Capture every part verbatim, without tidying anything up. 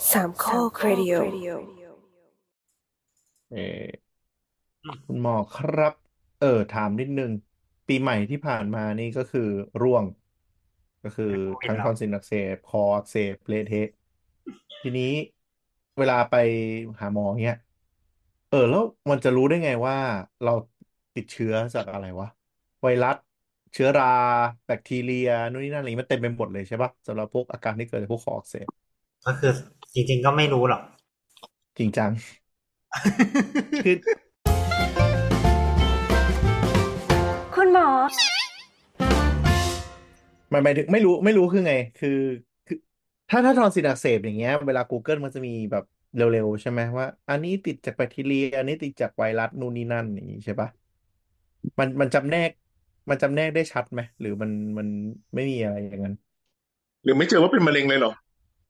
สามข้อครดิโอเอออืมคุณหมอครับ เออถามนิดนึง ปีใหม่ที่ผ่านมานี่ก็คือร่วง ก็คือเป็นโควิดเหรอทั้งทอนซิลอักเสบคออักเสบเละเทะทีนี้เวลาไปหาหมอเนี้ยเออแล้วมันจะรู้ได้ไงว่าเราติดเชื้อจากอะไรวะ ไวรัสเชื้อราแบคทีเรียนู่นนี่นั่นอะไรมันเต็มไปหมดเลยใช่ปะสำหรับพวกอาการที่เกิดจากพวกคออักเสบก็คือจริงๆก็ไม่รู้หรอกจริงจังคือคุณหมอหมายหมายถึงไม่รู้ไม่รู้คือไงคือคือถ้าถ้าทอนซิลอักเสบอย่างเงี้ยเวลา Google มันจะมีแบบเร็วๆใช่ไหมว่าอันนี้ติดจากแบคทีเรียอันนี้ติดจากไวรัสนู่นนี่นั่นอย่างงี้ใช่ปะมันมันจำแนกมันจำแนกได้ชัดไหมหรือมันมันไม่มีอะไรอย่างนั้นหรือไม่เจอว่าเป็นมะเร็งเลยเหรอ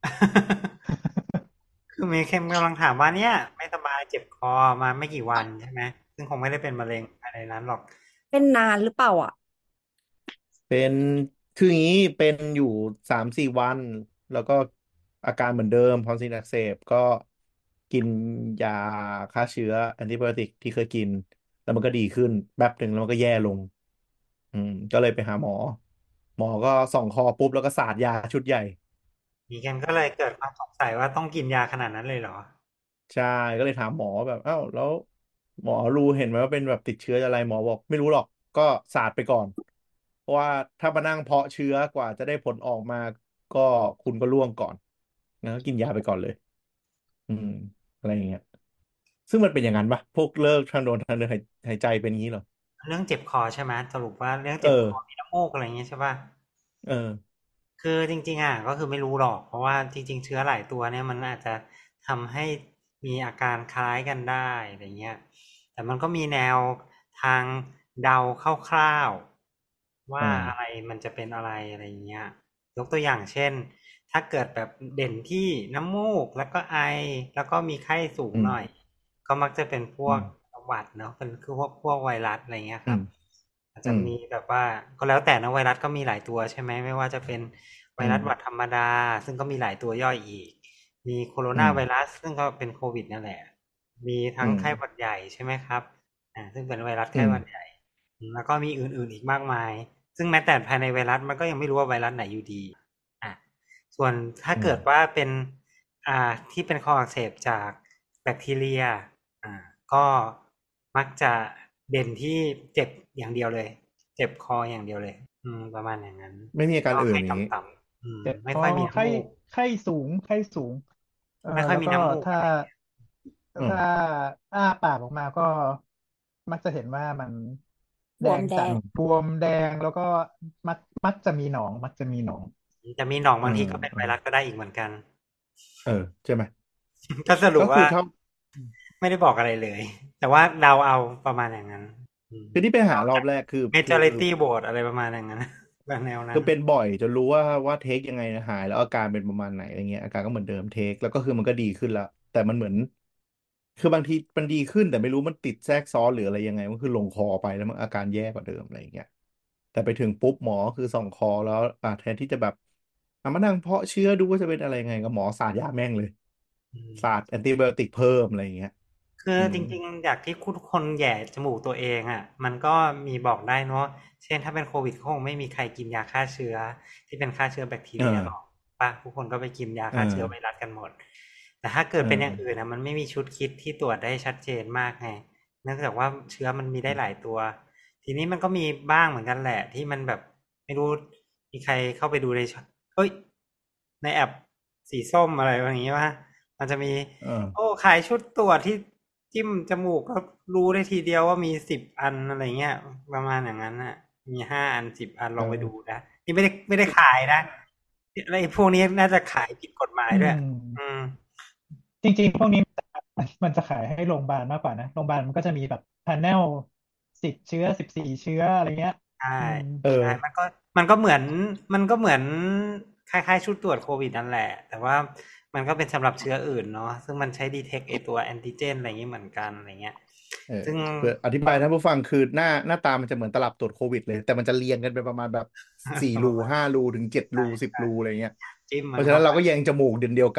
คือมีเข้มกำลังถามว่าเนี่ยไม่สบายเจ็บคอมาไม่กี่วันใช่ไหมซึ่งคงไม่ได้เป็นมะเร็งอะไรนั้นหรอกเป็นนานหรือเปล่าอ่ะเป็นคืออย่างนี้เป็นอยู่สามสี่วันแล้วก็อาการเหมือนเดิมทอนซิลอักเสบก็กินยาฆ่าเชื้อแอนติไบโอติกที่เคยกินแล้วมันก็ดีขึ้นแป๊บหนึ่งแล้วมันก็แย่ลง อืมก็เลยไปหาหมอหมอก็ส่องคอปุ๊บแล้วก็สาดยาชุดใหญ่มีกันก็เลยเกิดความสงสัยว่าต้องกินยาขนาดนั้นเลยเหรอใช่ก็เลยถามหมอแบบอ้าวแล้วหมอรู้เห็นไหมว่าเป็นแบบติดเชื้ออะไรหมอบอกไม่รู้หรอกก็สาดไปก่อนเพราะว่าถ้ามานั่งเพาะเชื้อกว่าจะได้ผลออกมาก็คุณก็ร่วงก่อนงั้นก็กินยาไปก่อนเลยอืมอะไรอย่างเงี้ยซึ่งมันเป็นอย่างนั้นปะพวกเลิกทางโดนทางเดินหายหายใจเป็นอย่างนี้เหรอเรื่องเจ็บคอใช่ไหมสรุปว่าเรื่องเอเจ็บคออมีน้ำมูกอะไรอย่างเงี้ยใช่ป่ะเออคือจริงๆอ่ะก็คือไม่รู้หรอกเพราะว่าจริงๆเชื้อหลายตัวเนี่ยมันอาจจะทำให้มีอาการคล้ายกันได้อะไรเงี้ยแต่มันก็มีแนวทางเดาคร่าวๆ ว่าอ่าอะไรมันจะเป็นอะไรอะไรเงี้ยยกตัวอย่างเช่นถ้าเกิดแบบเด่นที่น้ำมูกแล้วก็ไอแล้วก็มีไข้สูงอืมหน่อยก็มักจะเป็นพวกอืมหวัดเนาะเป็นคือพวกพวกไวรัสอะไรเงี้ยอืมครับอาจจะอืมมีแบบว่าก็แล้วแต่นะไวรัสก็มีหลายตัวใช่ไหมไม่ว่าจะเป็นไวอืมรัสหวัดธรรมดาซึ่งก็มีหลายตัวย่อยอีกมีโคโรอืมนาไวรัสซึ่งก็เป็นโควิดนั่นแหละมีทั้อืมงไข้หวัดใหญ่ใช่ไหมครับอ่าซึ่งเป็นไวรัสอืมไข้หวัดใหญ่ แล้วก็มีอื่นๆอีกมากมาย ซึ่งแม้แต่ภายในไวรัสมันก็ยังไม่รู้ว่าไวรัสไหนอยู่ดีอ่ะส่วนถ้าอืมเกิดว่าเป็นอ่าที่เป็นคออักเสบจากแบคทีเรียอ่าก็มักจะเด่นที่เจ็บอย่างเดียวเลย เจ็บคออย่างเดียวเลยอืมประมาณอย่างนั้นไม่มีอาการก็ไข้อื่นอย่างนี้ต่ำๆอืมเจ็บคอไม่ค่อยมีไข้น้ำมูกไข้สูงไข้สูงเอ่อไม่ค่อยแล้วก็มีน้ำมูกถ้าอะไรอืมถ้าอ้าปากออกมาก็มักจะเห็นว่ามันบวมแดแดงจัดงอืมบวมแดงแล้วก็มักมักจะมีหนองมักจะมีหนองจะมีหนองอืมบางทีก็เป็นอืมไวรัสก็ได้อีกเหมือนกันเออใช่ไหมก็สรุปว่าก็คือเท่าไม่ได้บอกอะไรเลย แต่ว่าเดาเอาประมาณอย่างนั้นอืมคือที่ไปหารอบเดาจากแรกคือคือ majority vote อะไรประมาณอย่างนั้นแบบแนวนั้นคือเป็นบ่อยจนรู้ว่าว่าเทคยังไงนะหายแล้วอาการเป็นประมาณไหนอะไรเงี้ยอาการก็เหมือนเดิมเทคแล้วก็คือมันก็ดีขึ้นแล้วแต่มันเหมือนคือบางทีมันดีขึ้นแต่ไม่รู้มันติดแทรกซ้อนหรืออะไรยังไงมันคือลงคอไปแล้วมันอาการแย่กว่าเดิมอะไรเงี้ยแต่ไปถึงปุ๊บหมอคือส่องคอแล้วอ่าแทนที่จะแบบเอามานั่งเพาะเชื้อดูว่าจะเป็นอะไรไงก็หมอสาดยาแม่งเลยอืมสาดแอนติไบโอติกเพิ่มอะไรเงี้ยคืออืมจริงๆจากที่ทุกคนแหย่จมูกตัวเองอ่ะมันก็มีบอกได้เนอะเช่นถ้าเป็นโควิดก็คงไม่มีใครกินยาฆ่าเชื้อที่เป็นฆ่าเชื้อแบคทีอ่าเรียหรอกป่ะทุกคนก็ไปกินยาอ่ฆ่าเชื้อไวารัสกันหมดแต่ถ้าเกิดอ่เป็นอย่างอื่นานะมันไม่มีชุดคิดที่ตรวจได้ชัดเจนมากไงเนื่องจากว่าเชื้อมันมีได้หลายตัวทีนี้มันก็มีบ้างเหมือนกันแหละที่มันแบบไม่รู้มีใครเข้าไปดูในช่องเฮ้ยในแอปสีส้มอะไรอย่างงี้ป่ะมันจะมีอ่าโอ้ขายชุดตรวจที่จิ้มจมูกก็รู้ได้ทีเดียวว่ามีสิบอันอะไรเงี้ยประมาณอย่างนั้นน่ะมีห้าอันสิบอันลองไปดูอ่านะนี่ไม่ได้ไม่ได้ขายนะไอ้พวกนี้น่าจะขายผิดกฎหมายอืด้วยอืมมจริงๆพวกนี้มันจะขายให้โรงพยาบาลมากกว่านะโรงพยาบาลมันก็จะมีแบบพาเนลสิบเชื้อสิบสี่เชื้ออะไรเงี้ยใช่อืมเออใช่มันก็มันก็เหมือนมันก็เหมือนคล้ายๆชุดตรวจโควิดนั่นแหละแต่ว่ามันก็เป็นสำหรับเชื้ออื่นเนาะซึ่งมันใช้ดีเทคไอตัวแอนติเจนอะไรอย่างนี้เหมือนกันอะไรเงี้ยเออซึ่งเพื่ออธิบายท่านผู้ฟังคือหน้าหน้าตามันจะเหมือนตลับตรวจโควิดเลยแต่มันจะเรียงกันเป็นประมาณแบบสี่ รูห้ารูถึงเจ็ดรูสิบรูอะไรเงี้ยจิ้มเพราะฉะนั้นเรามันเข้าไปก็แยงจมูกเดียวเดียวกัน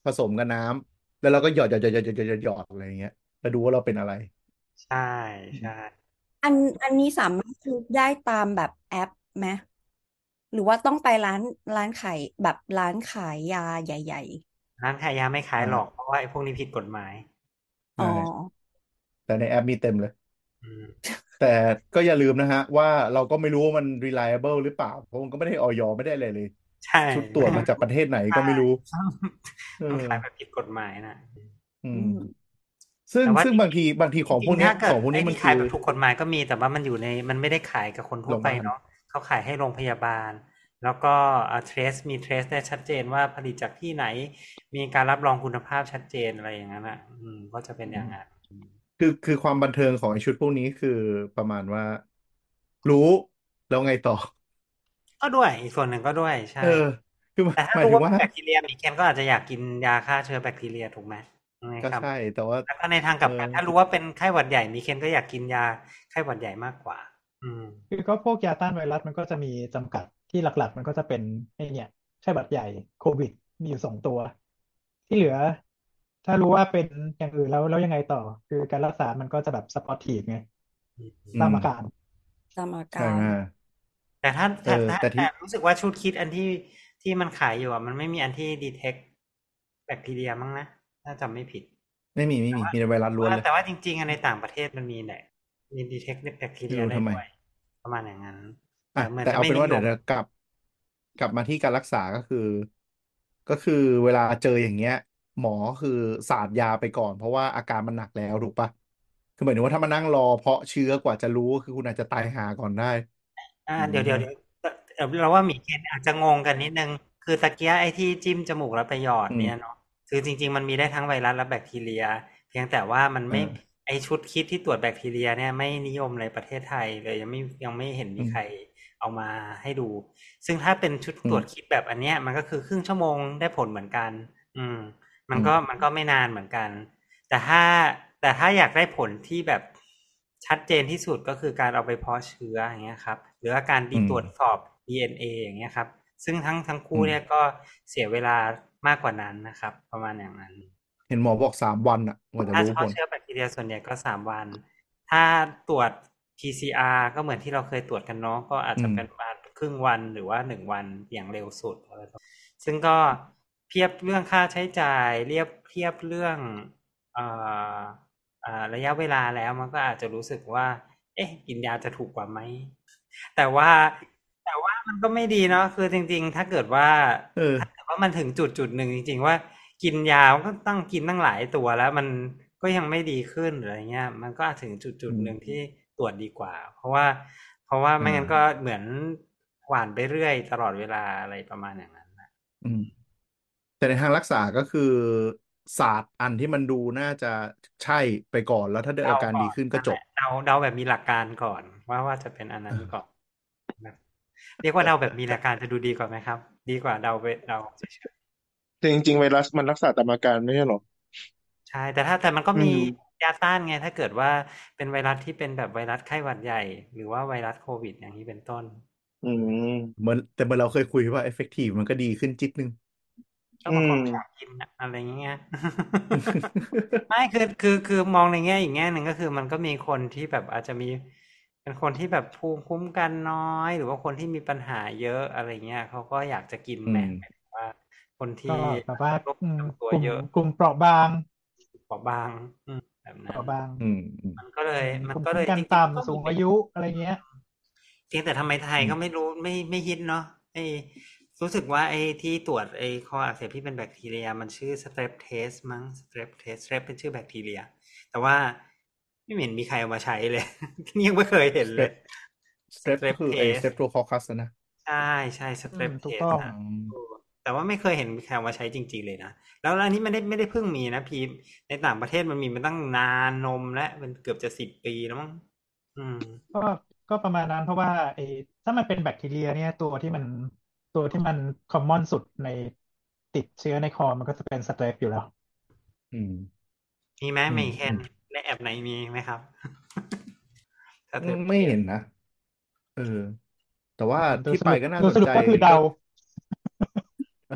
ผสมกับน้ำแล้วเราก็หยอดหยอดหยอดหยอดหยอดหยอดหยอดอะไรอย่างเงี้ยแล้วดูว่าเราเป็นอะไรใช่ใช่อันอันนี้สามารถซื้อได้ตามแบบแอปไหมหรือว่าต้องไปร้านร้านขายแบบร้านขายยาใหญ่ร้านขายยาไม่ขายอ่าหรอกเพราะว่าไอ้พวกนี้ผิดกฎหมายๆอ๋อใช่แต่ในแอปมีเต็มเลยอืมแต่ก็อย่าลืมนะฮะว่าเราก็ไม่รู้ว่ามัน reliable หรือเปล่าเพราะมันก็ไม่ได้ออยไม่ได้อะไรเลยใช่ชุดตรวจมาจากประเทศไหนก็ไม่รู้เออมันขายแบบผิดกฎหมายนะอือืมมซึ่งแต่ว่าจซึ่งบางทีบางทีของพวกริงๆเนี้ยถ้าเกิขดองพวกไอ้นี้มันที่คืขายอแบบถูกกฎหมายก็มีแต่ว่ามันอยู่ในมันไม่ได้ขายกับคนโรทั่วงพไปยาบาลเนาะเขาขายให้โรงพยาบาล แล้วก็เทรสมีเทรสได้ชัดเจนว่าผลิตจากที่ไหน มีการรับรองคุณภาพชัดเจนอะไรอย่างนั้นอ่ะ อืมก็จะเป็นอย่างนั้นคือคือความบันเทิงของไอ้ชุดพวกนี้คือประมาณว่า รู้แล้วไงต่อก็ด้วยอีกส่วนหนึ่งก็ด้วยใช่เออ คือหแต่ถ้ามายรู้ถึงว่าเป็ว่านแบคทีเรียมีเคนก็อาจจะอยากกินยาฆ่าเชื้อแบคทีเรียถูกไหมใช่ไหมก็ครับใช่แต่ว่าแล้วก็ในทางกเอลับอกัน ถ้ารู้ว่าเป็นไข้หวัดใหญ่มีเคนก็อยากกินยาไข้หวัดใหญ่มากกว่า อืมคือก็พวกยาต้านไวรัสมันก็จะมีจำกัดที่หลักๆ มันก็จะเป็นไอ้เนี่ยไข้หวัดใหญ่โควิดมีอยู่สองตัว ที่เหลือ ถ้ารู้ว่าเป็นอย่างอื่นแล้วแล้วยังไงต่อ คือการรักษามันก็จะแบบสปอร์ตทีฟไงอืตามมอาการตามอาใช่การไหมแต่ถ้าเอแต่อแต่แต่แต่ที่รู้สึกว่าชุดคิดอันที่ที่มันขายอยู่อ่ะมันไม่มีอันที่ดีเทคแบคทีเรียมั้งนะถ้าจำไม่ผิดไม่มีไม่แต่มีว่ามีแต่ไวรัสล้วนว่าเลยแต่ว่าจริงๆอะในต่างประเทศมันมีแหละมีดีเทคแบคทีไม่เรียรู้ได้ทำไมด้วย ประมาณอย่างนั้นอ่ะแต่เหมือนแต่จะเอาไม่เป็นนิว่าเดี๋ยยวมเดี๋ยวกลับ กลับมาที่การรักษาก็คือ ก็คือเวลาเจออย่างเงี้ย หมอคือสาดยาไปก่อน เพราะว่าอาการมันหนักแล้วถูกปะคือหมายถึงว่าถ้ามานั่งรอเพาะเชื้อกว่าจะรู้คือคุณอาจจะตายหาก่อนได้อ่าอืเดี๋ยวเดี๋ยวมเดี๋ยวเอ่อเราว่าหมีเคนอาจจะงงกันนิดนึง คือตะเกียไอ้ที่จิ้มจมูกแล้วไปหยอดอืมเนี่ยเนาะคือจริง ๆ มันมีได้ทั้งไวรัสและแบคทีเรีย เพียงแต่ว่ามันเอไม่อไอชุดคิดที่ตรวจแบคทีเรียเนี่ยไม่นิยมในประเทศไทยเลยยังไม่ยังไม่เห็นอืมีมใครเอามาให้ดู ซึ่งถ้าเป็นชุดอืตรวจมคิดแบบอันเนี้ยมันก็คือครึ่งชั่วโมงได้ผลเหมือนกัน อืม มัอืนมก็มันก็ไม่นานเหมือนกัน แต่ถ้าแต่ถ้าอยากได้ผลที่แบบชัดเจนที่สุดก็คือการเอาไปเพาะเชื้ออย่างเงี้ยครับ หรือว่าการอืดีมตรวจสอบ ดี เอ็น เอ อย่างเงี้ยครับ ซึ่งทั้งทั้งอืคู่มเนี่ยก็เสียเวลามากกว่านั้นนะครับ ประมาณอย่างนั้นเห็นหมอบอกสามวันอะกว่าจะถ้ารู้เพผาะลเชื้อแบคทีเรียส่วนใหญ่ก็สามวัน ถ้าตรวจ พี ซี อาร์ ก็เหมือนที่เราเคยตรวจกันเนาะก็อาจอืจะมเป็นประมาณครึ่งวันหรือว่าหนึ่งวันอย่างเร็วสุด อะไรประ ซึ่งก็เทียบเรื่องค่าใช้จ่าย เรียบ เทียบเรื่อง เอ่อ อ่า ระยะเวลาแล้วมันก็อาจจะรู้สึกว่า เอ๊ะ กินยาจะถูกกว่าไหม แต่ว่า แต่ว่ามันก็ไม่ดีเนาะ คือจริง ๆ ถ้าเกิดว่าเออถ้าเกิดว่ามันถึงจุด ๆ หนึ่งจริง ๆ ว่า กินยาก็ต้องกินตั้งหลายตัวแล้วมันก็ยังไม่ดีขึ้นหรืออะไรเงี้ย มันก็อาจถึงจุอืด ๆ หนึ่งมที่ตรวจดีกว่า เพราะว่า เพราะว่าอไม่งั้นาก็เหมือนหว่านไปเรื่อยตลอดเวลา อะไรประมาณอย่างนั้นน่ะอืม แต่ในทางรักษาก็คือศาสตร์อันที่มันดูน่าจะใช่ไปก่อน แล้วถ้า ดเดาอาการก่ดีอนขึ้นนก็นั่นจบแหละ เดา เดาแบบมีหลักการก่อนว่า ว่าจะเป็นอันนั้เอน อก่อน แบบ เรียกว่าแต่เดาแบบมีแตหลักการจะดูดีกว่าไหมครับ? ดีกว่าเดาไป เดาเฉย ๆแต่จริง ๆ ไวรัสมันรักษาตามอาการไม่ใช่เหรอ? ใช่ แต่ถ้า แต่มันก็อืมีมยาต้านไง ถ้าเกิดว่าเป็นไวรัสที่เป็นแบบไวรัสไข้หวัดใหญ่ หรือว่าไวรัสโควิด อย่างนี้เป็นต้นอืมเหมือน แต่เหมือนเราเคยคุยว่า เอฟเฟกทิฟ มันก็ดีขึ้นจิ๊ดหนึ่งก็อืบางคนก็อยากมกินน่ะ อะไรงี้ไง ไม่ คือ คือ คือมองในแง่อีกแง่หนึ่ง ก็คือมันก็มีคนที่แบบอาจจะมี เป็นคนที่แบบภูมิคุ้มกันน้อย หรือว่าคนที่มีปัญหาเยอะ อะไรเงี้ย เขาก็อยากจะกินอืแหมมหมายถึงว่า คนทก็ี่แบบว่าโรคอืปรมจำตัวกลุ่มเยอะกลุ่มเปราะบางเปราะบาง อืม แบบเนปั้ราะนบางอืม อืมมันก็เลอืยมมัภูนมิก็คุเล้มยกันตจริง ๆ่มันก็ำ สมูีงปอายุ อะไรเงี้ยเพียงแต่ทำไมไทยอืมก็ไม่รู้ ไม่ ไม่ฮิตเนาะ ไอ้ รู้สึกว่าไอ้ที่ตรวจไอ้คออักเสบที่เป็นแบคทีเรียมันชื่อ Strep Test มั้ง Strep Test Strep เป็นชื่อแบคทีเรีย แต่ว่าไม่เห็นมีใครเอามาใช้เลย นี่ยังไม่เคยเห็นเลย Strep Strep ก็ Strep คือไอ้ Test Streptococcus อะนะใช่ ๆอืม Strep ถูก ต้ Test องน่ะอืมเออ แต่ว่าไม่เคยเห็นมีใครเอามาใช้จริง ๆ เลยนะ แล้วอันนี้ไม่ได้ ไม่ได้เพิ่งมีนะพีท ในต่างประเทศมันมีมาตั้งนานนมแล้ว มันเกือบจะ สิบ ปีแล้วมั้ง อืมก็ ก็ประมาณนั้น เพราะว่าไอ้ ถ้ามันเป็นแบคทีเรียเนี่ย ตัวที่มัน ตัวที่มัน คอมมอน สุดใน ติดเชื้อในคอมันก็จะเป็น Strep อยู่แล้วอืมมีไหมอืหมีมเคนอืมในแอปไหนมีไหมครับ? อืม Strep ไม่เห็ Test นนะ เออ แต่ว่าอืม โดทยี่สไปรุปก็น่าโดยสนใจสรุปก็คือเดก็าเอ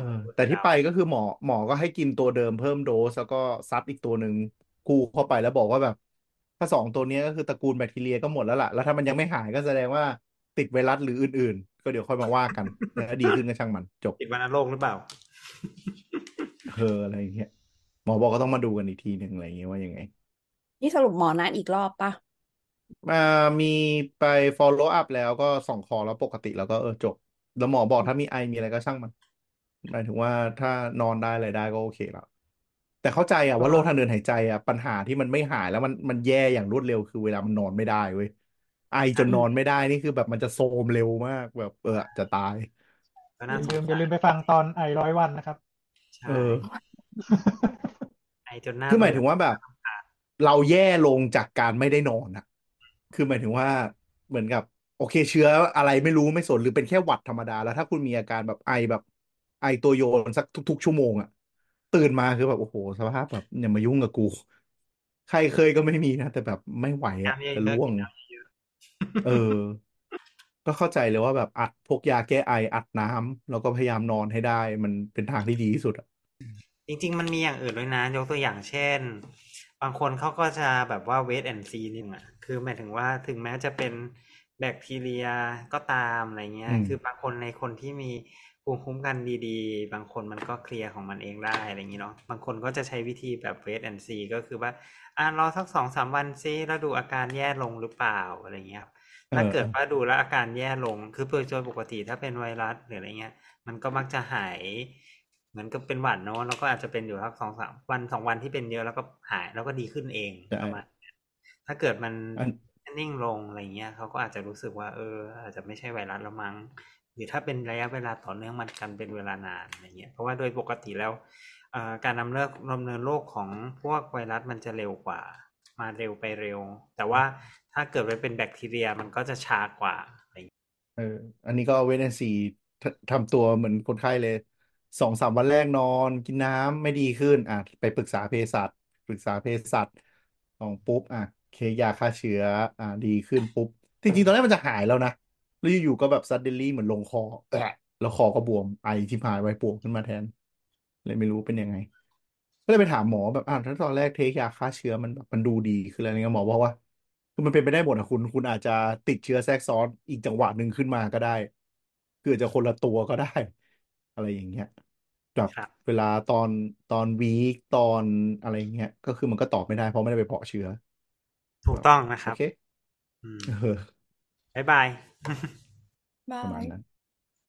เออพูดแต่ที่ไปไปแล้วอะก็คือหมอหมอก็ให้กินตัวเดิมเพิ่มโดสแล้วก็ซัดอีกตัวหนึ่งคู่เข้าไปแล้วบอกว่าแบบถ้าสองตัวเนี้ยก็คือตระกูลแบคทีเรียก็หมดแล้วล่ะแล้วถ้ามันยังไม่หายก็แสดงว่าติดไวรัสหรืออื่นๆก็เดี๋ยวค่อยมาว่ากันแล้วดีขึ้นก็ช่างมันจบติดวัณโรคหรือเปล่าเอออะไรอย่างเงี้ยหมอบอกก็ต้องมาดูกันอีกทีหนึ่งอะไรอย่างเงี้ยว่ายังไงนี่สรุปหมอนัดอีกรอบปะมามีไป follow up แล้วก็ส่องคอแล้วปกติแล้วก็เออจบแล้วหมอบอกถ้ามีไอมีอะไรก็ช่างมันหมายถึงว่าถ้านอนได้อะไรได้ก็โอเคแล้ว แต่เข้าใจอะก็ว่าโรคทางเดินหายใจอะปัญหาที่มันไม่หายแล้วมันมันแย่อย่างรวดเร็วคือเวลามันนอนไม่ได้เว้ยไอจใช่นนอนไม่ได้นี่คือแบบมันจะโทรมเร็วมากแบบเออจะตายก็อย่าน่าสงสารลืมอย่าลืมไปฟังตอนไอร้อยวันนะครับเอใช่อไอจนหน้าคือหมายเบื่อถึงว่าแบบเราแย่ลงจากการไม่ได้นอนอะคือหมายถึงว่าเหมือนกับโอเคเชื้ออะไรไม่รู้ไม่สนหรือเป็นแค่หวัดธรรมดาแล้วถ้าคุณมีอาการแบบไอแบบไอตัวโยนสักทุกๆชั่วโมงอะตื่นมาคือแบบโอ้โหสภาพแบบอย่ามายุ่งกับกูใครเคยก็ไม่มีนะแต่แบบไม่ไหวอะน้ำเยจะร่วงอะๆกินน้ำเยอะเออก็เข้าใจเลยว่าแบบอัดพวกยาแก้ไออัดน้ำแล้วก็พยายามนอนให้ได้มันเป็นทางที่ดีที่สุดอะๆจริงๆมันมีอย่างอื่นด้วยนะยกตัวอย่างเช่นบางคนเขาก็จะแบบว่า wait and see นิดนึงอ่ะคือหมายถึงว่าถึงแม้จะเป็นแบคทีเรียก็ตามอะไรเงี้อืมยคือบางคนในคนที่มีภูมิคุ้มกันดีๆบางคนมันก็เคลียร์ของมันเองได้อะไรอย่างงี้เนาะบางคนก็จะใช้วิธีแบบ wait and see ก็คือว่าอ่ารอสักสองสามวันซิแล้วดูอาการแย่ลงหรือเปล่าอะไรเงี้ยครับเออถ้าเกิเออดว่าดูแล้วอาการแย่ลงคือโดยปกติถ้าเป็นไวรัสหรืออะไรเงี้ย มันก็มักจะหายเหมือนกับเป็นหวัดเนอะแล้วก็อาจจะเป็นอยู่สักสองสามวันสองวันที่เป็นเยอะแล้วก็หายแล้วก็ดีขึ้นเองใช่ประมาณเนี้ยถ้าเกิดมันอันนิ่งลงอะไรเงี้ยเขาก็อาจจะรู้สึกว่าเอออาจจะไม่ใช่ไวรัสแล้วมั้งหรือถ้าเป็นระยะเวลาต่อเนื่องมันกันเป็นเวลานานอะไรเงี้ยเพราะว่าโดยปกติแล้วเอ่อการดำเนินดำเนินโรคของพวกไวรัสมันจะเร็วกว่ามาเร็วไปเร็วแต่ว่าถ้าเกิดไปเป็นแบคทีเรียมันก็จะช้ากว่าอะไรเงี้ยเอออันนี้ก็เวทแอนซีทำตัวเหมือนคนไข้เลยสองสามวันแรกนอนกินน้ำไม่ดีขึ้นอ่ะไปปรึกษาเภสัชปรึกษาเภสัชของปุ๊บอ่ะเคยาฆ่าเชื้ออ่ะดีขึ้นปุ๊บจริงๆตอนแรกมันจะหายแล้วนะแล้วอยู่ๆก็แบบซัดเดนลี่เหมือนลงคอแอะแล้วคอก็บวมไอที่พายไว้ปวดขึ้นมาแทนเลยไม่รู้เป็นยังไง ก็เลยไปถามหมอแบบอ่าวถ้าตอนแรกเทคยาฆ่าเชื้อมันแบบมันดูดีคืออะไรเงี้ยหมอบอกว่าคือมันเป็นไปได้หมดอะคุณคุณอาจจะติดเชื้อแทรกซ้อนอีกจังหวะหนึ่งขึ้นมาก็ได้คืออาจจะคนละตัวก็ได้อะไรอย่างเงี้ยแบบครับเวลาตอนตอนวีคตอนอะไรเงี้ยก็คือมันก็ตอบไม่ได้เพราะไม่ได้ไปเพาะเชื้อแบบถูกต้องนะครับโอเคอืมเออบ๊ายบายบายประมาณนั้น